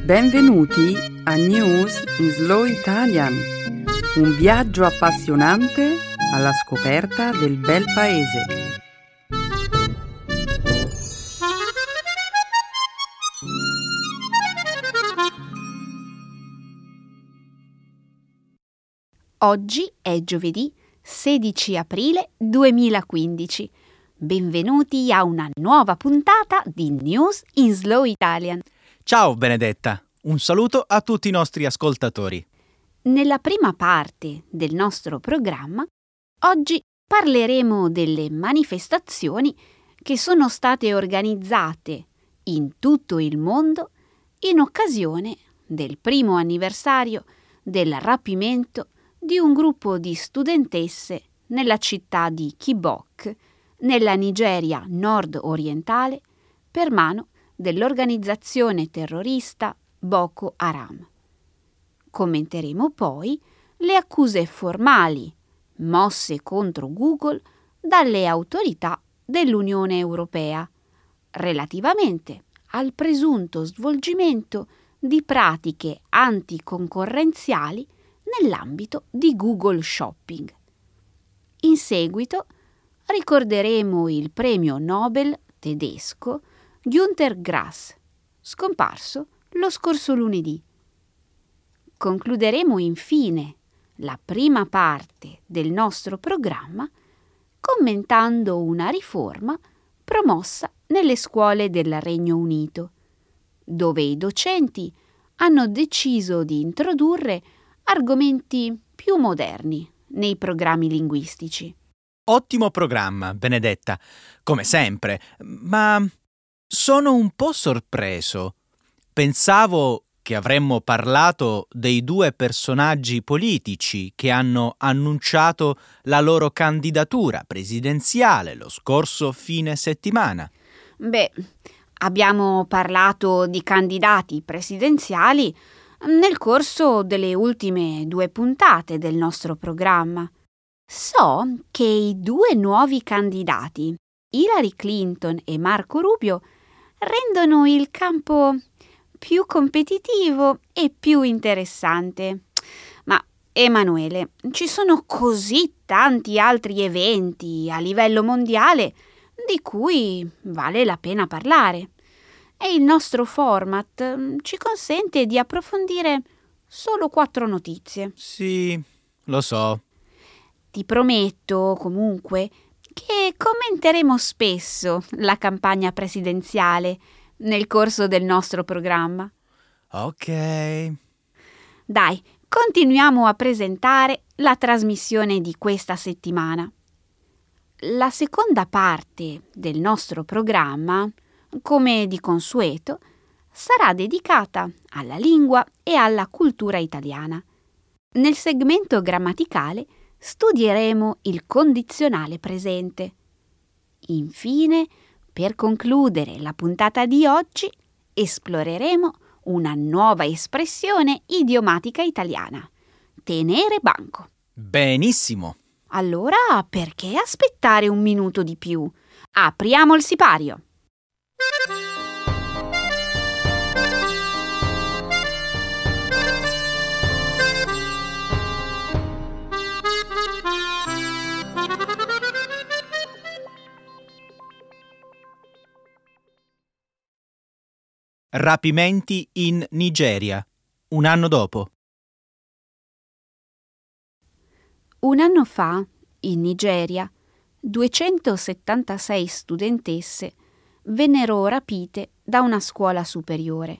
Benvenuti a News in Slow Italian, un viaggio appassionante alla scoperta del bel paese. Oggi è giovedì 16 aprile 2015. Benvenuti a una nuova puntata di News in Slow Italian. Ciao Benedetta, un saluto a tutti i nostri ascoltatori. Nella prima parte del nostro programma, oggi parleremo delle manifestazioni che sono state organizzate in tutto il mondo in occasione del primo anniversario del rapimento di un gruppo di studentesse nella città di Chibok, nella Nigeria nord-orientale, per mano dell'organizzazione terrorista Boko Haram. Commenteremo poi le accuse formali mosse contro Google dalle autorità dell'Unione Europea relativamente al presunto svolgimento di pratiche anticoncorrenziali nell'ambito di Google Shopping. In seguito ricorderemo il premio Nobel tedesco Günter Grass, scomparso lo scorso lunedì. Concluderemo infine la prima parte del nostro programma commentando una riforma promossa nelle scuole del Regno Unito, dove i docenti hanno deciso di introdurre argomenti più moderni nei programmi linguistici. Ottimo programma, Benedetta, come sempre, ma sono un po' sorpreso. Pensavo che avremmo parlato dei due personaggi politici che hanno annunciato la loro candidatura presidenziale lo scorso fine settimana. Abbiamo parlato di candidati presidenziali nel corso delle ultime 2 puntate del nostro programma. So che i 2 nuovi candidati, Hillary Clinton e Marco Rubio, rendono il campo più competitivo e più interessante. Ma Emanuele, ci sono così tanti altri eventi a livello mondiale di cui vale la pena parlare. E il nostro format ci consente di approfondire solo 4 notizie. Sì, lo so. Ti prometto, comunque, che commenteremo spesso la campagna presidenziale nel corso del nostro programma. Ok. Dai, continuiamo a presentare la trasmissione di questa settimana. La seconda parte del nostro programma, come di consueto, sarà dedicata alla lingua e alla cultura italiana. Nel segmento grammaticale studieremo il condizionale presente. Infine, per concludere la puntata di oggi, esploreremo una nuova espressione idiomatica italiana: tenere banco. Benissimo. Allora, perché aspettare un minuto di più? Apriamo il sipario. Rapimenti in Nigeria, un anno dopo. Un anno fa, in Nigeria, 276 studentesse vennero rapite da una scuola superiore.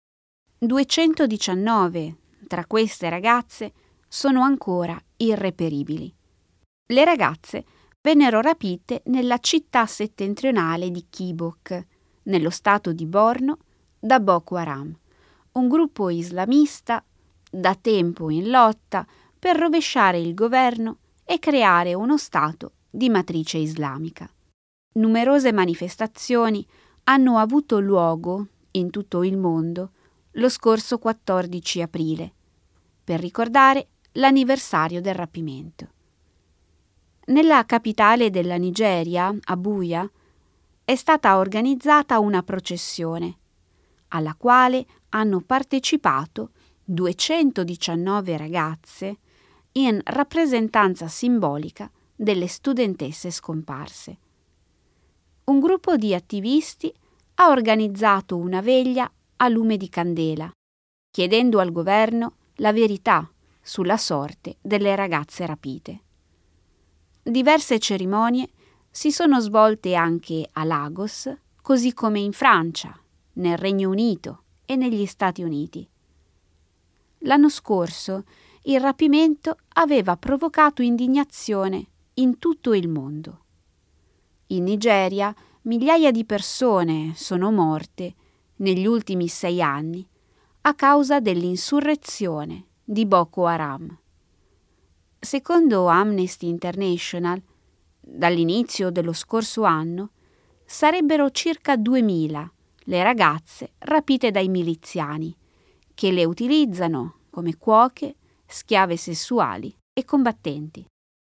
219 tra queste ragazze sono ancora irreperibili. Le ragazze vennero rapite nella città settentrionale di Chibok, nello stato di Borno, da Boko Haram, un gruppo islamista da tempo in lotta per rovesciare il governo e creare uno stato di matrice islamica. Numerose manifestazioni hanno avuto luogo in tutto il mondo lo scorso 14 aprile per ricordare l'anniversario del rapimento. Nella capitale della Nigeria, Abuja, è stata organizzata una processione alla quale hanno partecipato 219 ragazze in rappresentanza simbolica delle studentesse scomparse. Un gruppo di attivisti ha organizzato una veglia a lume di candela, chiedendo al governo la verità sulla sorte delle ragazze rapite. Diverse cerimonie si sono svolte anche a Lagos, così come in Francia, nel Regno Unito e negli Stati Uniti. L'anno scorso il rapimento aveva provocato indignazione in tutto il mondo. In Nigeria migliaia di persone sono morte negli ultimi 6 anni a causa dell'insurrezione di Boko Haram. Secondo Amnesty International, dall'inizio dello scorso anno sarebbero circa 2000 le ragazze rapite dai miliziani, che le utilizzano come cuoche, schiave sessuali e combattenti.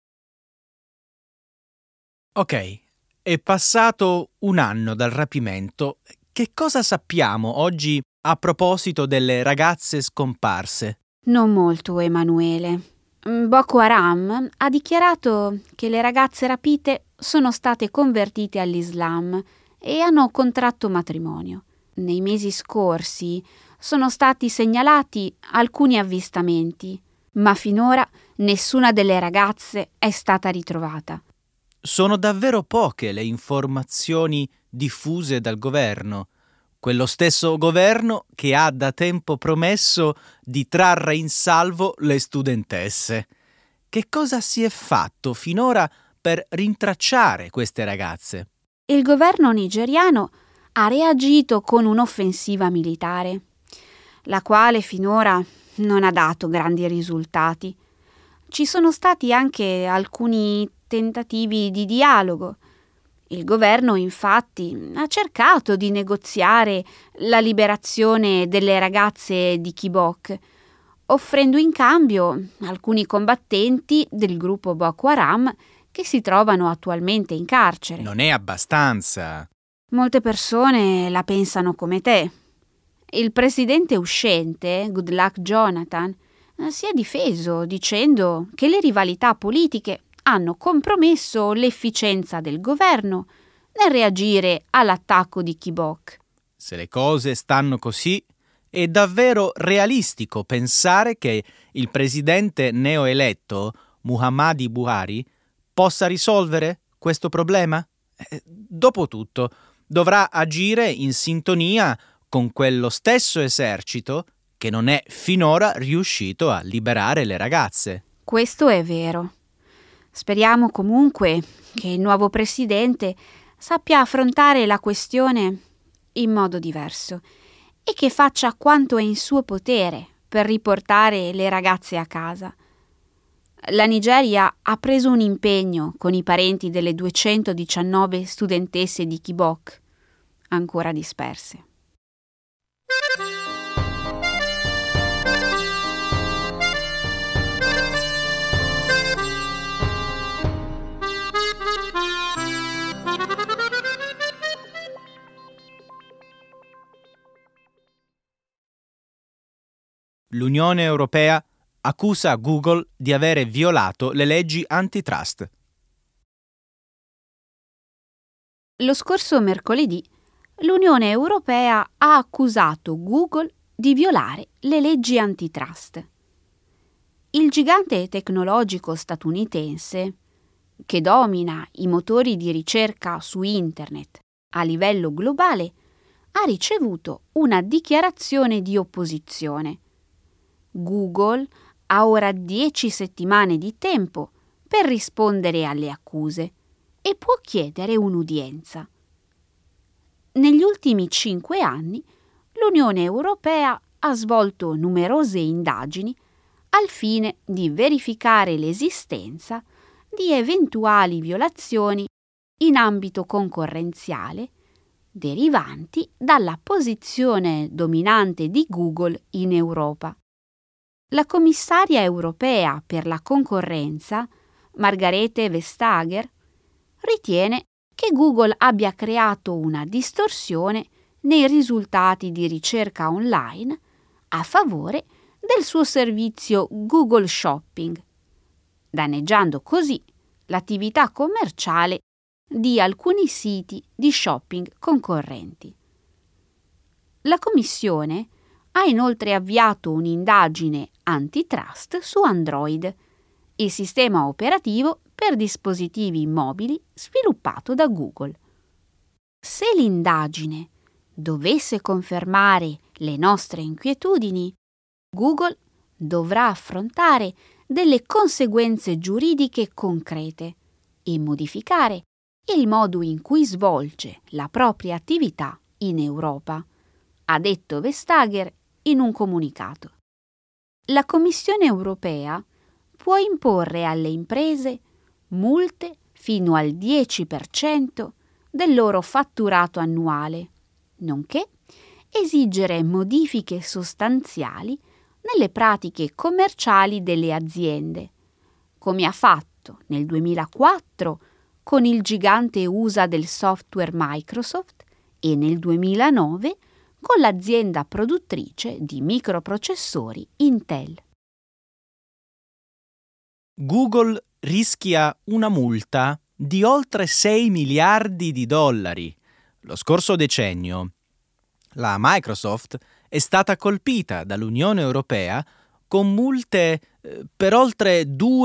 Ok, è passato un anno dal rapimento. Che cosa sappiamo oggi a proposito delle ragazze scomparse? Non molto, Emanuele. Boko Haram ha dichiarato che le ragazze rapite sono state convertite all'Islam e hanno contratto matrimonio. Nei mesi scorsi sono stati segnalati alcuni avvistamenti, ma finora nessuna delle ragazze è stata ritrovata. Sono davvero poche le informazioni diffuse dal governo, quello stesso governo che ha da tempo promesso di trarre in salvo le studentesse. Che cosa si è fatto finora per rintracciare queste ragazze? Il governo nigeriano ha reagito con un'offensiva militare, la quale finora non ha dato grandi risultati. Ci sono stati anche alcuni tentativi di dialogo. Il governo, infatti, ha cercato di negoziare la liberazione delle ragazze di Chibok, offrendo in cambio alcuni combattenti del gruppo Boko Haram che si trovano attualmente in carcere. Non è abbastanza. Molte persone la pensano come te. Il presidente uscente, Goodluck Jonathan, si è difeso dicendo che le rivalità politiche hanno compromesso l'efficienza del governo nel reagire all'attacco di Chibok. Se le cose stanno così, è davvero realistico pensare che il presidente neoeletto, Muhammadu Buhari, possa risolvere questo problema? Dopotutto, dovrà agire in sintonia con quello stesso esercito che non è finora riuscito a liberare le ragazze. Questo è vero. Speriamo comunque che il nuovo presidente sappia affrontare la questione in modo diverso e che faccia quanto è in suo potere per riportare le ragazze a casa. La Nigeria ha preso un impegno con i parenti delle 219 studentesse di Chibok, ancora disperse. L'Unione Europea accusa Google di avere violato le leggi antitrust. Lo scorso mercoledì l'Unione Europea ha accusato Google di violare le leggi antitrust. Il gigante tecnologico statunitense, che domina i motori di ricerca su Internet a livello globale, ha ricevuto una dichiarazione di opposizione. Google ha ora 10 settimane di tempo per rispondere alle accuse e può chiedere un'udienza. Negli ultimi 5 anni l'Unione Europea ha svolto numerose indagini al fine di verificare l'esistenza di eventuali violazioni in ambito concorrenziale derivanti dalla posizione dominante di Google in Europa. La commissaria europea per la concorrenza, Margrethe Vestager, ritiene che Google abbia creato una distorsione nei risultati di ricerca online a favore del suo servizio Google Shopping, danneggiando così l'attività commerciale di alcuni siti di shopping concorrenti. La Commissione ha inoltre avviato un'indagine antitrust su Android, il sistema operativo per dispositivi mobili sviluppato da Google. Se l'indagine dovesse confermare le nostre inquietudini, Google dovrà affrontare delle conseguenze giuridiche concrete e modificare il modo in cui svolge la propria attività in Europa, ha detto Vestager in un comunicato. La Commissione europea può imporre alle imprese multe fino al 10% del loro fatturato annuale, nonché esigere modifiche sostanziali nelle pratiche commerciali delle aziende, come ha fatto nel 2004 con il gigante USA del software Microsoft e nel 2009 con l'azienda produttrice di microprocessori Intel. Google rischia una multa di oltre 6 miliardi di dollari. Lo scorso decennio la Microsoft è stata colpita dall'Unione Europea con multe per oltre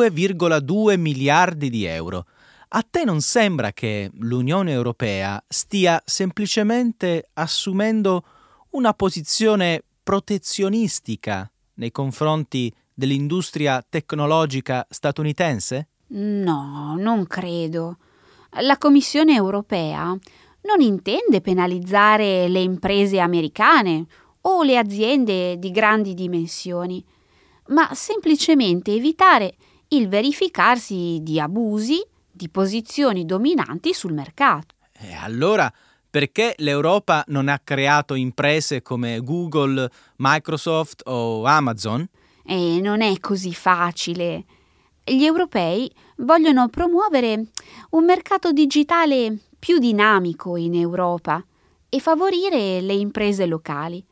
2,2 miliardi di euro. A te non sembra che l'Unione Europea stia semplicemente assumendo una posizione protezionistica nei confronti dell'industria tecnologica statunitense? No, non credo. La Commissione europea non intende penalizzare le imprese americane o le aziende di grandi dimensioni, ma semplicemente evitare il verificarsi di abusi di posizioni dominanti sul mercato. E allora perché l'Europa non ha creato imprese come Google, Microsoft o Amazon? E non è così facile. Gli europei vogliono promuovere un mercato digitale più dinamico in Europa e favorire le imprese locali.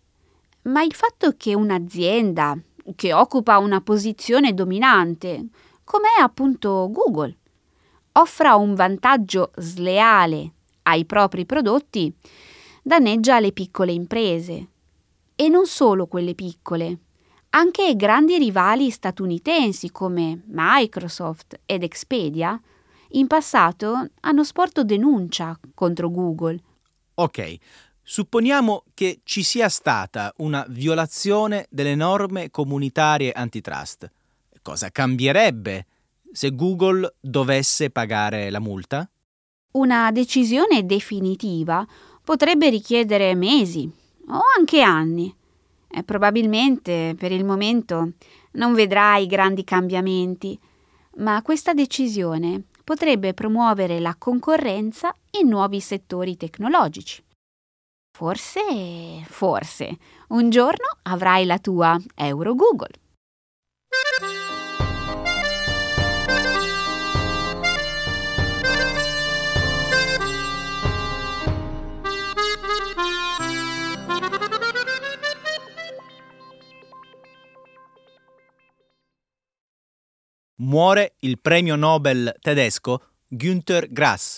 Ma il fatto che un'azienda che occupa una posizione dominante, come è appunto Google, offra un vantaggio sleale ai propri prodotti, danneggia le piccole imprese. E non solo quelle piccole, anche grandi rivali statunitensi come Microsoft ed Expedia in passato hanno sporto denuncia contro Google. Ok, supponiamo che ci sia stata una violazione delle norme comunitarie antitrust. Cosa cambierebbe se Google dovesse pagare la multa? Una decisione definitiva potrebbe richiedere mesi o anche anni. E probabilmente per il momento non vedrai grandi cambiamenti, ma questa decisione potrebbe promuovere la concorrenza in nuovi settori tecnologici. Forse, un giorno avrai la tua Euro Google. Muore il premio Nobel tedesco Günter Grass.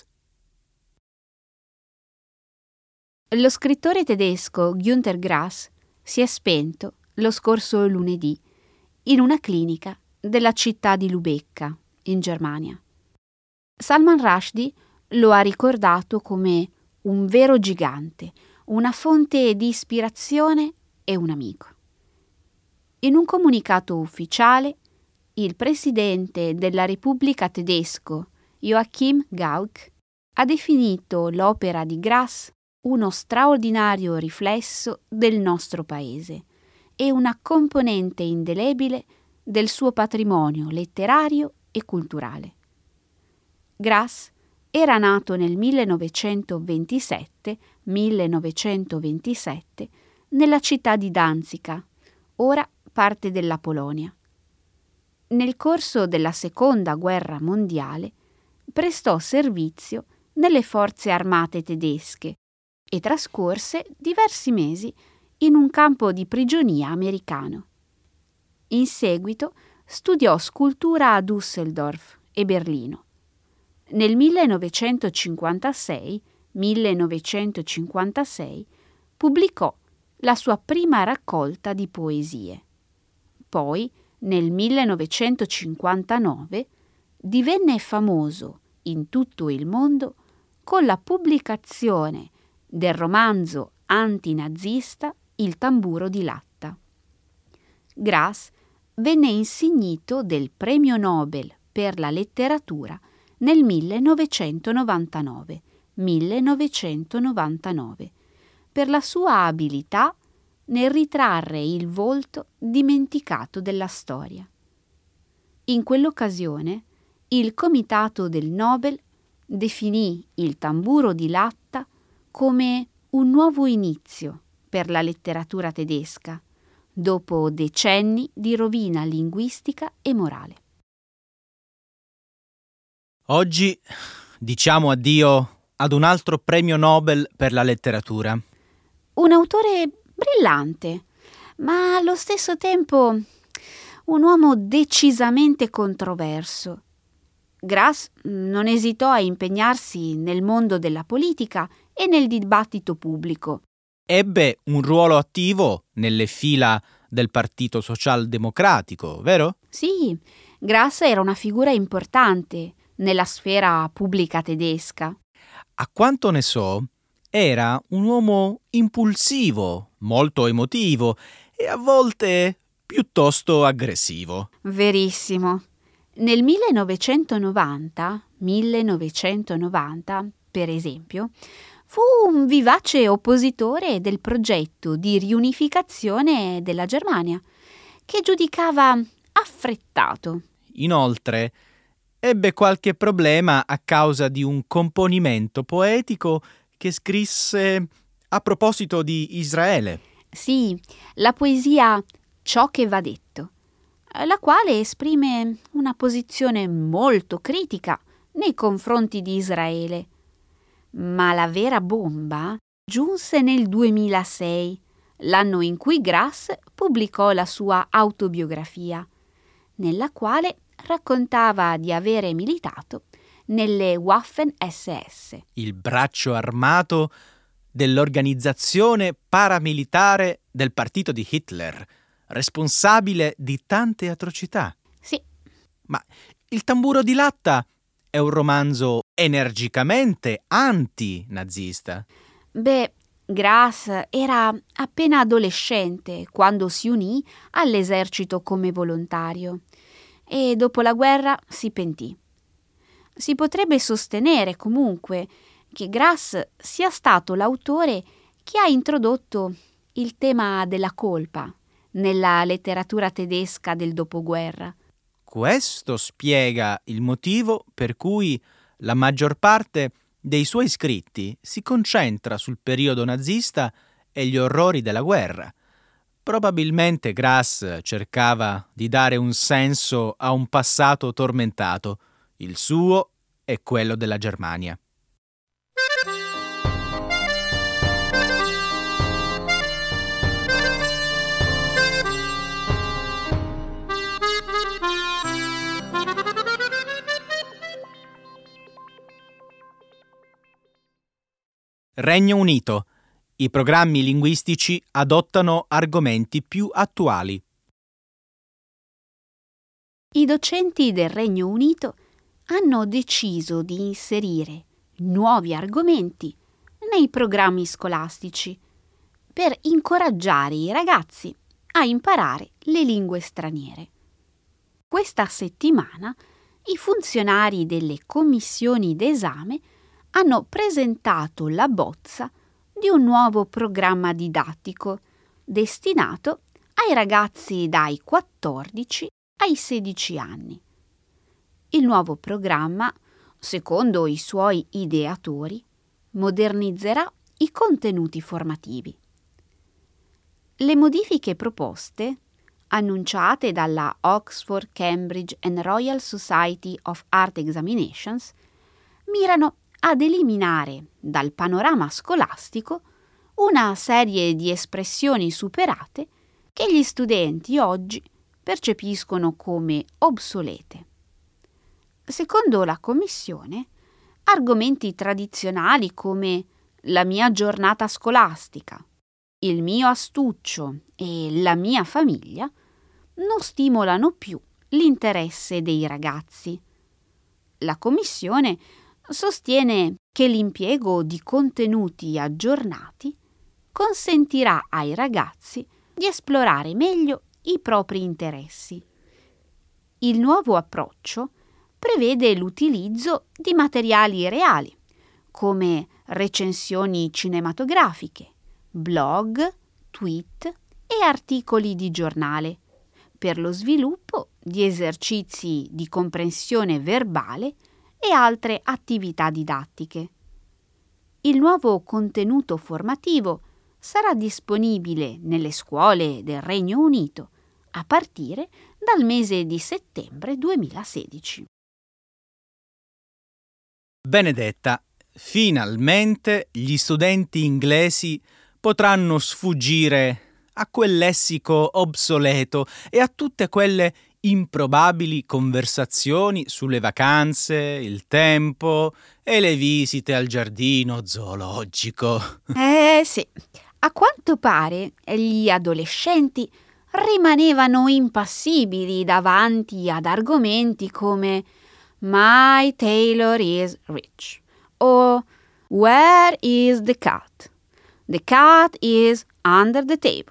Lo scrittore tedesco Günter Grass si è spento lo scorso lunedì in una clinica della città di Lubecca, in Germania. Salman Rushdie lo ha ricordato come un vero gigante, una fonte di ispirazione e un amico. In un comunicato ufficiale, il presidente della Repubblica tedesco, Joachim Gauck, ha definito l'opera di Grass uno straordinario riflesso del nostro paese e una componente indelebile del suo patrimonio letterario e culturale. Grass era nato nel 1927 nella città di Danzica, ora parte della Polonia. Nel corso della Seconda Guerra Mondiale prestò servizio nelle forze armate tedesche e trascorse diversi mesi in un campo di prigionia americano. In seguito studiò scultura a Düsseldorf e Berlino. Nel 1956 pubblicò la sua prima raccolta di poesie. Poi, nel 1959, divenne famoso in tutto il mondo con la pubblicazione del romanzo antinazista Il tamburo di latta. Grass venne insignito del Premio Nobel per la letteratura nel 1999 per la sua abilità nel ritrarre il volto dimenticato della storia. In quell'occasione, il Comitato del Nobel definì Il tamburo di latta come un nuovo inizio per la letteratura tedesca, dopo decenni di rovina linguistica e morale. Oggi diciamo addio ad un altro premio Nobel per la letteratura. Un autore brillante, ma allo stesso tempo un uomo decisamente controverso. Grass non esitò a impegnarsi nel mondo della politica e nel dibattito pubblico. Ebbe un ruolo attivo nelle fila del Partito Socialdemocratico, vero? Sì, Grass era una figura importante nella sfera pubblica tedesca. A quanto ne so, era un uomo impulsivo, molto emotivo e a volte piuttosto aggressivo. Verissimo. Nel 1990, per esempio, fu un vivace oppositore del progetto di riunificazione della Germania, che giudicava affrettato. Inoltre, ebbe qualche problema a causa di un componimento poetico che scrisse a proposito di Israele. Sì, la poesia Ciò che va detto, la quale esprime una posizione molto critica nei confronti di Israele. Ma la vera bomba giunse nel 2006, l'anno in cui Grass pubblicò la sua autobiografia, nella quale raccontava di avere militato nelle Waffen-SS, il braccio armato dell'organizzazione paramilitare del partito di Hitler, responsabile di tante atrocità. Sì. Ma Il tamburo di latta è un romanzo energicamente anti-nazista. Beh, Grass era appena adolescente quando si unì all'esercito come volontario e dopo la guerra si pentì. Si potrebbe sostenere comunque che Grass sia stato l'autore che ha introdotto il tema della colpa nella letteratura tedesca del dopoguerra. Questo spiega il motivo per cui la maggior parte dei suoi scritti si concentra sul periodo nazista e gli orrori della guerra. Probabilmente Grass cercava di dare un senso a un passato tormentato, il suo e quello della Germania. Regno Unito. I programmi linguistici adottano argomenti più attuali. I docenti del Regno Unito hanno deciso di inserire nuovi argomenti nei programmi scolastici per incoraggiare i ragazzi a imparare le lingue straniere. Questa settimana i funzionari delle commissioni d'esame hanno presentato la bozza di un nuovo programma didattico destinato ai ragazzi dai 14 ai 16 anni. Il nuovo programma, secondo i suoi ideatori, modernizzerà i contenuti formativi. Le modifiche proposte, annunciate dalla Oxford, Cambridge and Royal Society of Art Examinations, mirano ad eliminare dal panorama scolastico una serie di espressioni superate che gli studenti oggi percepiscono come obsolete. Secondo la Commissione, argomenti tradizionali come la mia giornata scolastica, il mio astuccio e la mia famiglia non stimolano più l'interesse dei ragazzi. La Commissione sostiene che l'impiego di contenuti aggiornati consentirà ai ragazzi di esplorare meglio i propri interessi. Il nuovo approccio prevede l'utilizzo di materiali reali, come recensioni cinematografiche, blog, tweet e articoli di giornale, per lo sviluppo di esercizi di comprensione verbale e altre attività didattiche. Il nuovo contenuto formativo sarà disponibile nelle scuole del Regno Unito a partire dal mese di settembre 2016. Benedetta, finalmente gli studenti inglesi potranno sfuggire a quel lessico obsoleto e a tutte quelle improbabili conversazioni sulle vacanze, il tempo e le visite al giardino zoologico. Sì, a quanto pare gli adolescenti rimanevano impassibili davanti ad argomenti come My tailor is rich o Where is the cat? The cat is under the table.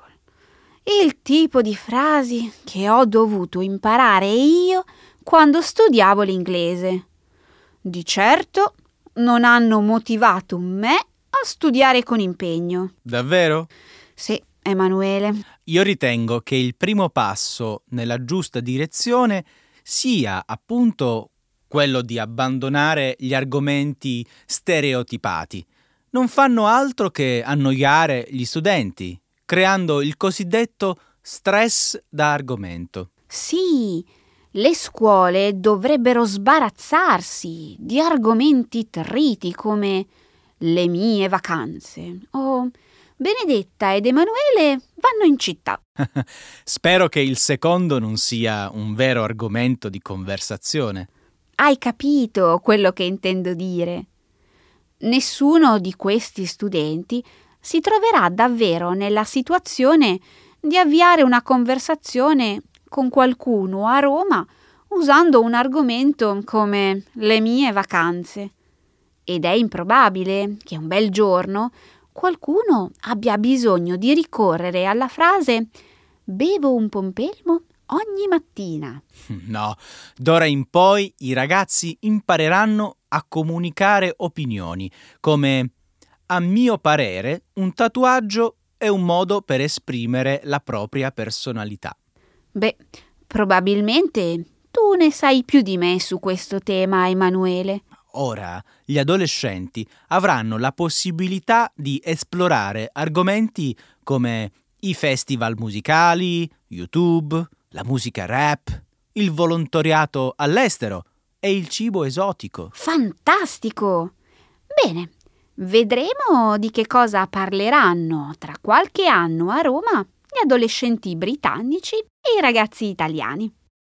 Il tipo di frasi che ho dovuto imparare io quando studiavo l'inglese. Di certo non hanno motivato me a studiare con impegno. Davvero? Sì, Emanuele. Io ritengo che il primo passo nella giusta direzione sia appunto quello di abbandonare gli argomenti stereotipati. Non fanno altro che annoiare gli studenti, creando il cosiddetto stress da argomento. Sì, le scuole dovrebbero sbarazzarsi di argomenti triti come le mie vacanze o Benedetta ed Emanuele vanno in città. Spero che il secondo non sia un vero argomento di conversazione. Hai capito quello che intendo dire? Nessuno di questi studenti si troverà davvero nella situazione di avviare una conversazione con qualcuno a Roma usando un argomento come le mie vacanze. Ed è improbabile che un bel giorno qualcuno abbia bisogno di ricorrere alla frase «bevo un pompelmo ogni mattina». No, d'ora in poi i ragazzi impareranno a comunicare opinioni, come a mio parere un tatuaggio è un modo per esprimere la propria personalità. Beh, probabilmente tu ne sai più di me su questo tema, Emanuele. Ora gli adolescenti avranno la possibilità di esplorare argomenti come i festival musicali, YouTube, la musica rap, il volontariato all'estero e il cibo esotico. Fantastico! Bene, vedremo di che cosa parleranno tra qualche anno a Roma gli adolescenti britannici e i ragazzi italiani.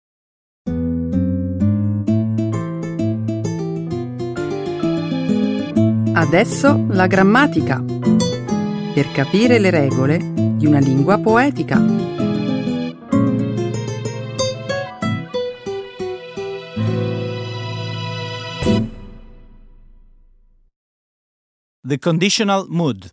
Adesso la grammatica, per capire le regole di una lingua poetica. The conditional mood.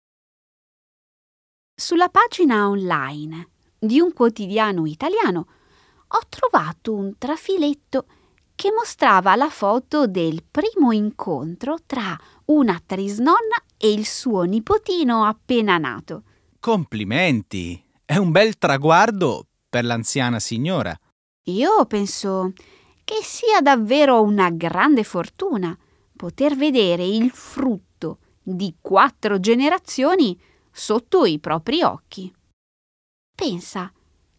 Sulla pagina online di un quotidiano italiano ho trovato un trafiletto che mostrava la foto del primo incontro tra una trisnonna e il suo nipotino appena nato. Complimenti! È un bel traguardo per l'anziana signora. Io penso che sia davvero una grande fortuna poter vedere il frutto di 4 generazioni sotto i propri occhi. Pensa,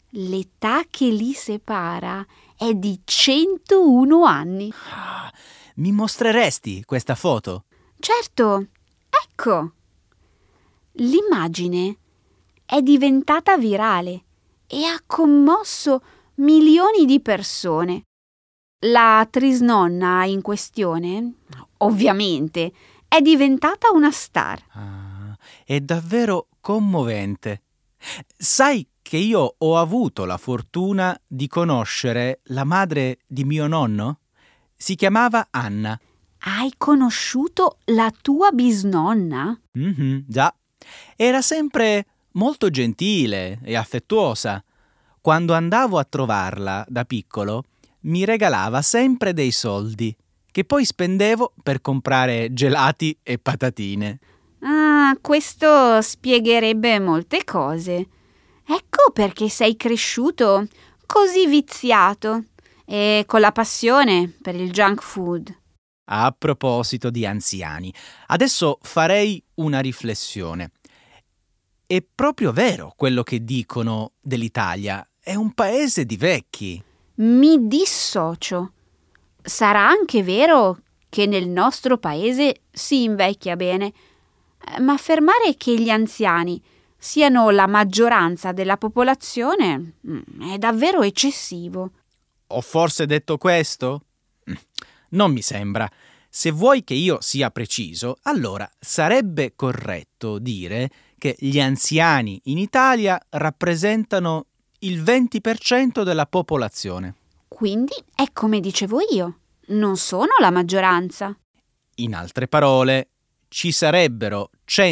l'età che li separa è di 101 anni. Mi mostreresti questa foto? Certo, ecco. L'immagine è diventata virale e ha commosso milioni di persone. La trisnonna in questione, ovviamente, è diventata una star. Ah, è davvero commovente. Sai che io ho avuto la fortuna di conoscere la madre di mio nonno? Si chiamava Anna. Hai conosciuto la tua bisnonna? Già. Era sempre molto gentile e affettuosa. Quando andavo a trovarla da piccolo, mi regalava sempre dei soldi, che poi spendevo per comprare gelati e patatine. Ah, questo spiegherebbe molte cose. Ecco perché sei cresciuto così viziato e con la passione per il junk food. A proposito di anziani, adesso farei una riflessione. È proprio vero quello che dicono dell'Italia. È un paese di vecchi. Mi dissocio. Sarà anche vero che nel nostro paese si invecchia bene, ma affermare che gli anziani siano la maggioranza della popolazione è davvero eccessivo. Ho forse detto questo? Non mi sembra. Se vuoi che io sia preciso, allora sarebbe corretto dire che gli anziani in Italia rappresentano il 20% della popolazione. Quindi è come dicevo io, non sono la maggioranza. In altre parole, ci sarebbero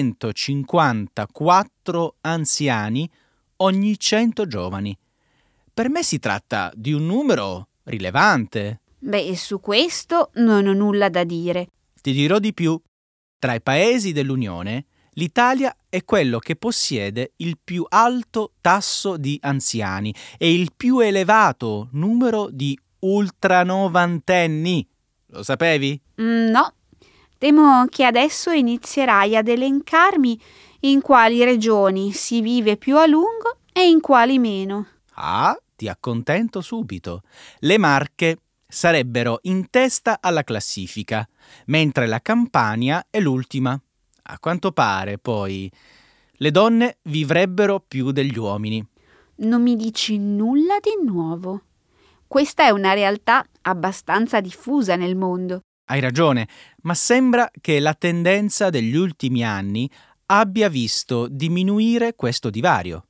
154 anziani ogni 100 giovani. Per me si tratta di un numero rilevante. Beh, su questo non ho nulla da dire. Ti dirò di più. Tra i paesi dell'Unione, l'Italia è quello che possiede il più alto tasso di anziani e il più elevato numero di ultranovantenni. Lo sapevi? No, temo che adesso inizierai ad elencarmi in quali regioni si vive più a lungo e in quali meno. Ah, ti accontento subito. Le Marche sarebbero in testa alla classifica, mentre la Campania è l'ultima. A quanto pare, poi, le donne vivrebbero più degli uomini. Non mi dici nulla di nuovo. Questa è una realtà abbastanza diffusa nel mondo. Hai ragione, ma sembra che la tendenza degli ultimi anni abbia visto diminuire questo divario.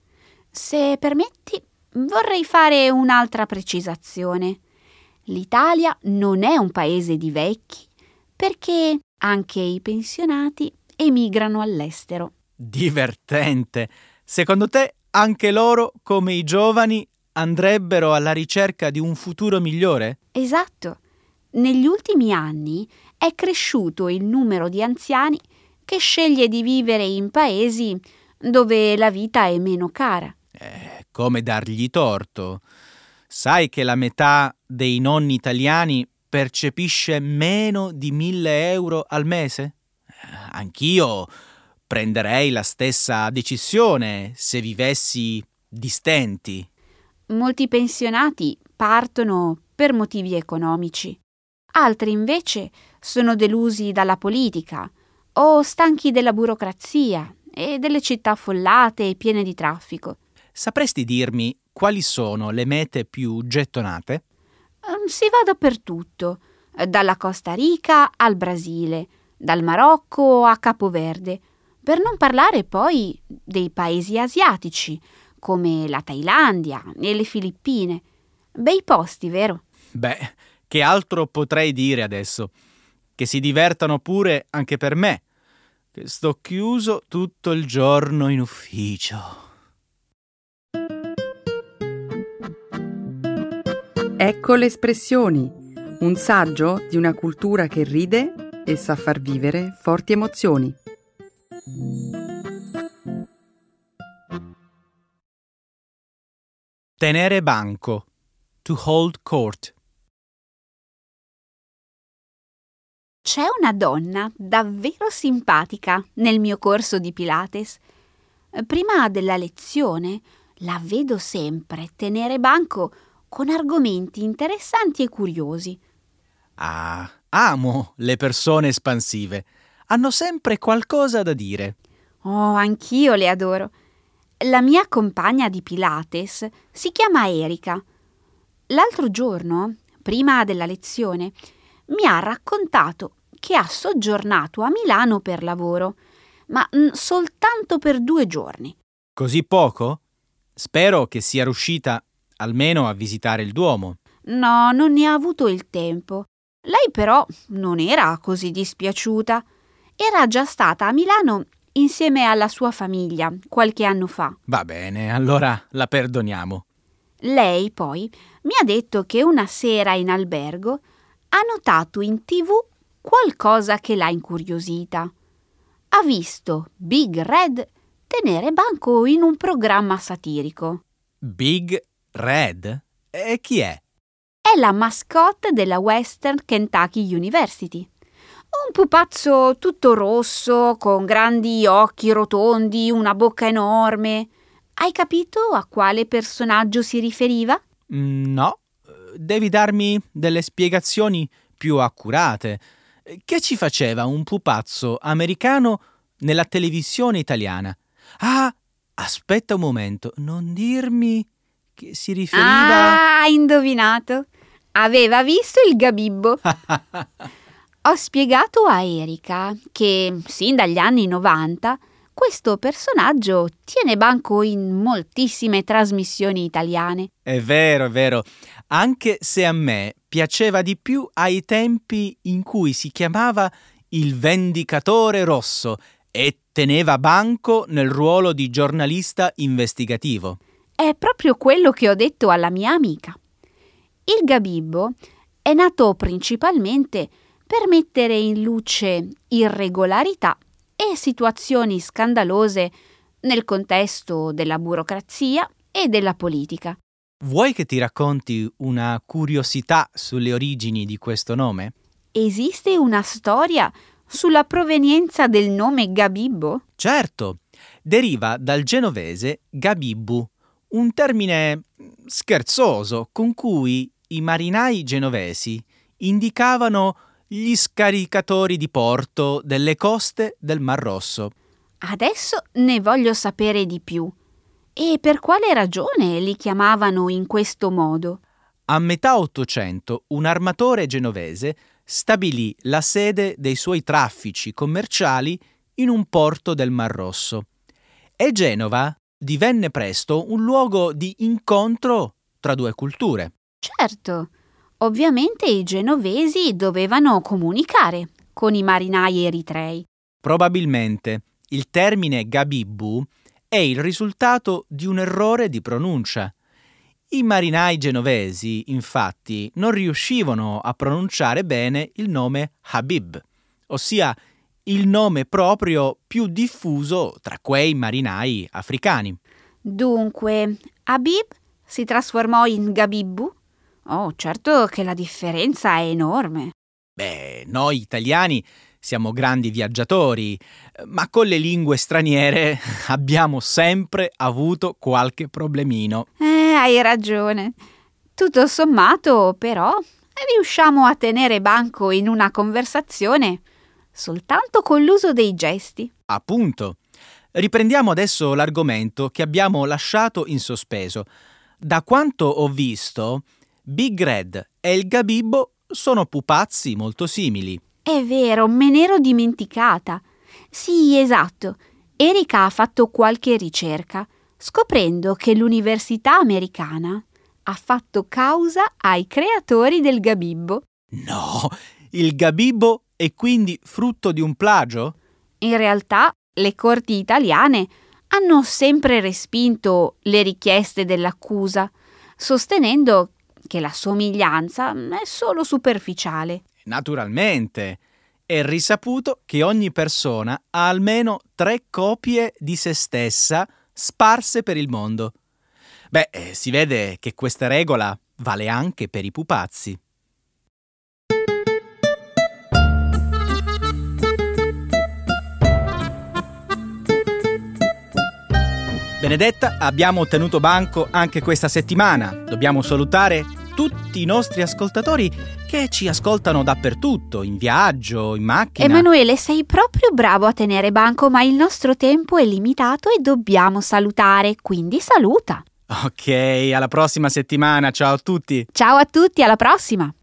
Se permetti, vorrei fare un'altra precisazione. L'Italia non è un paese di vecchi, perché anche i pensionati emigrano all'estero. Divertente! Secondo te anche loro, come i giovani, andrebbero alla ricerca di un futuro migliore? Esatto. Negli ultimi anni è cresciuto il numero di anziani che sceglie di vivere in paesi dove la vita è meno cara. Come dargli torto? Sai che la metà dei nonni italiani percepisce meno di 1.000 euro al mese? Anch'io prenderei la stessa decisione se vivessi di stenti. Molti pensionati partono per motivi economici. Altri invece sono delusi dalla politica o stanchi della burocrazia e delle città affollate e piene di traffico. Sapresti dirmi quali sono le mete più gettonate? Si va dappertutto, dalla Costa Rica al Brasile, dal Marocco a Capoverde, per non parlare poi dei paesi asiatici, come la Thailandia e le Filippine. Bei posti, vero? Beh, che altro potrei dire adesso? Che si divertano pure anche per me, che sto chiuso tutto il giorno in ufficio. Ecco le espressioni, un saggio di una cultura che ride e sa far vivere forti emozioni. Tenere banco. To hold court. C'è una donna davvero simpatica nel mio corso di Pilates. Prima della lezione la vedo sempre tenere banco con argomenti interessanti e curiosi. Ah, Amo le persone espansive. Hanno sempre qualcosa da dire. Oh, anch'io le adoro. La mia compagna di Pilates si chiama Erika. L'altro giorno, prima della lezione, mi ha raccontato che ha soggiornato a Milano per lavoro, ma soltanto per 2 giorni. Così poco? Spero che sia riuscita almeno a visitare il Duomo. No, non ne ha avuto il tempo. Lei però non era così dispiaciuta. Era già stata a Milano insieme alla sua famiglia qualche anno fa. Va bene, allora la perdoniamo. Lei poi mi ha detto che una sera in albergo ha notato in TV qualcosa che l'ha incuriosita. Ha visto Big Red tenere banco in un programma satirico. Big Red? E chi è? È la mascotte della Western Kentucky University. Un pupazzo tutto rosso, con grandi occhi rotondi, una bocca enorme. Hai capito a quale personaggio si riferiva? No, devi darmi delle spiegazioni più accurate. Che ci faceva un pupazzo americano nella televisione italiana? Ah, aspetta un momento, non dirmi che si riferiva... Ah, hai indovinato! Aveva visto il Gabibbo. Ho spiegato a Erika che, sin dagli anni 90, questo personaggio tiene banco in moltissime trasmissioni italiane. È vero, anche se a me piaceva di più ai tempi in cui si chiamava il Vendicatore Rosso e teneva banco nel ruolo di giornalista investigativo. È proprio quello che ho detto alla mia amica. Il Gabibbo è nato principalmente per mettere in luce irregolarità e situazioni scandalose nel contesto della burocrazia e della politica. Vuoi che ti racconti una curiosità sulle origini di questo nome? Esiste una storia sulla provenienza del nome Gabibbo? Certo, deriva dal genovese gabibbu, un termine scherzoso con cui i marinai genovesi indicavano gli scaricatori di porto delle coste del Mar Rosso. Adesso ne voglio sapere di più. E per quale ragione li chiamavano in questo modo? A metà Ottocento un armatore genovese stabilì la sede dei suoi traffici commerciali in un porto del Mar Rosso e Genova divenne presto un luogo di incontro tra 2 culture. Certo, ovviamente i genovesi dovevano comunicare con i marinai eritrei. Probabilmente il termine Gabibbu è il risultato di un errore di pronuncia. I marinai genovesi, infatti, non riuscivano a pronunciare bene il nome Habib, ossia il nome proprio più diffuso tra quei marinai africani. Dunque, Habib si trasformò in Gabibbu? Oh, certo che la differenza è enorme. Beh, noi italiani siamo grandi viaggiatori, ma con le lingue straniere abbiamo sempre avuto qualche problemino. Hai ragione. Tutto sommato, però, riusciamo a tenere banco in una conversazione soltanto con l'uso dei gesti. Appunto. Riprendiamo adesso l'argomento che abbiamo lasciato in sospeso. Da quanto ho visto, Big Red e il Gabibbo sono pupazzi molto simili. È vero, me n'ero dimenticata. Sì, esatto. Erika ha fatto qualche ricerca, scoprendo che l'università americana ha fatto causa ai creatori del Gabibbo. No, il Gabibbo è quindi frutto di un plagio? In realtà, le corti italiane hanno sempre respinto le richieste dell'accusa, sostenendo che la somiglianza è solo superficiale. Naturalmente. È risaputo che ogni persona ha almeno 3 copie di se stessa sparse per il mondo. Beh, si vede che questa regola vale anche per i pupazzi. Benedetta, abbiamo tenuto banco anche questa settimana. Dobbiamo salutare tutti i nostri ascoltatori che ci ascoltano dappertutto, in viaggio, in macchina. Emanuele, sei proprio bravo a tenere banco, ma il nostro tempo è limitato e dobbiamo salutare, quindi saluta. Ok, alla prossima settimana, ciao a tutti. Ciao a tutti, alla prossima!